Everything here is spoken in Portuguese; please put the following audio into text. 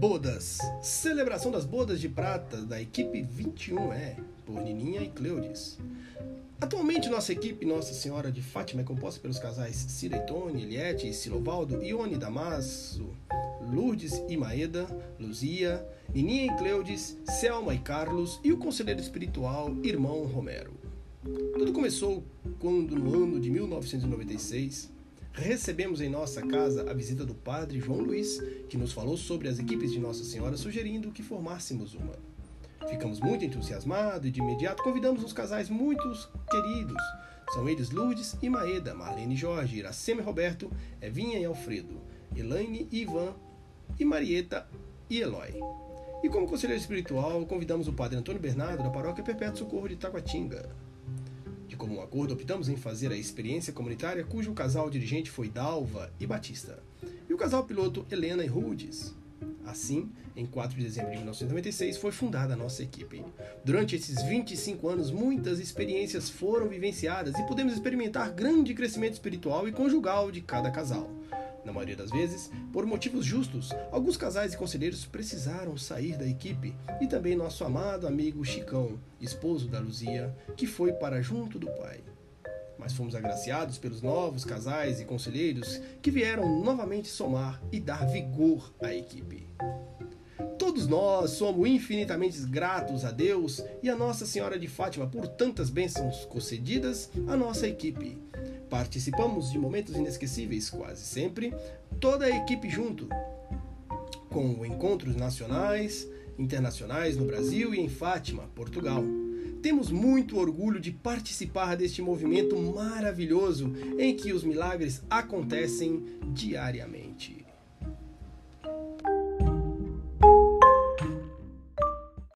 Bodas. Celebração das bodas de prata da equipe 21 por Nininha e Cleudes. Atualmente nossa equipe Nossa Senhora de Fátima é composta pelos casais Cira e Tony, Eliette e Silovaldo, Ione Damaso, Lourdes e Maeda, Luzia, Nininha e Cleudes, Selma e Carlos e o conselheiro espiritual irmão Romero. Tudo começou quando no ano de 1996 recebemos em nossa casa a visita do padre João Luiz, que nos falou sobre as equipes de Nossa Senhora, sugerindo que formássemos uma. Ficamos muito entusiasmados e de imediato convidamos uns casais muito queridos. São eles Lourdes e Maeda, Marlene e Jorge, Iracema e Roberto, Evinha e Alfredo, Elaine e Ivan, e Marieta e Eloy. E como conselheiro espiritual, convidamos o padre Antônio Bernardo da Paróquia Perpétuo Socorro de Taguatinga. De comum acordo, optamos em fazer a experiência comunitária, cujo casal dirigente foi Dalva e Batista, e o casal piloto Helena e Rudes. Assim, em 4 de dezembro de 1996, foi fundada a nossa equipe. Durante esses 25 anos, muitas experiências foram vivenciadas e pudemos experimentar grande crescimento espiritual e conjugal de cada casal. Na maioria das vezes, por motivos justos, alguns casais e conselheiros precisaram sair da equipe, e também nosso amado amigo Chicão, esposo da Luzia, que foi para junto do pai. Mas fomos agraciados pelos novos casais e conselheiros que vieram novamente somar e dar vigor à equipe. Todos nós somos infinitamente gratos a Deus e a Nossa Senhora de Fátima por tantas bênçãos concedidas à nossa equipe. Participamos de momentos inesquecíveis quase sempre, toda a equipe junto, com encontros nacionais, internacionais no Brasil e em Fátima, Portugal. Temos muito orgulho de participar deste movimento maravilhoso em que os milagres acontecem diariamente.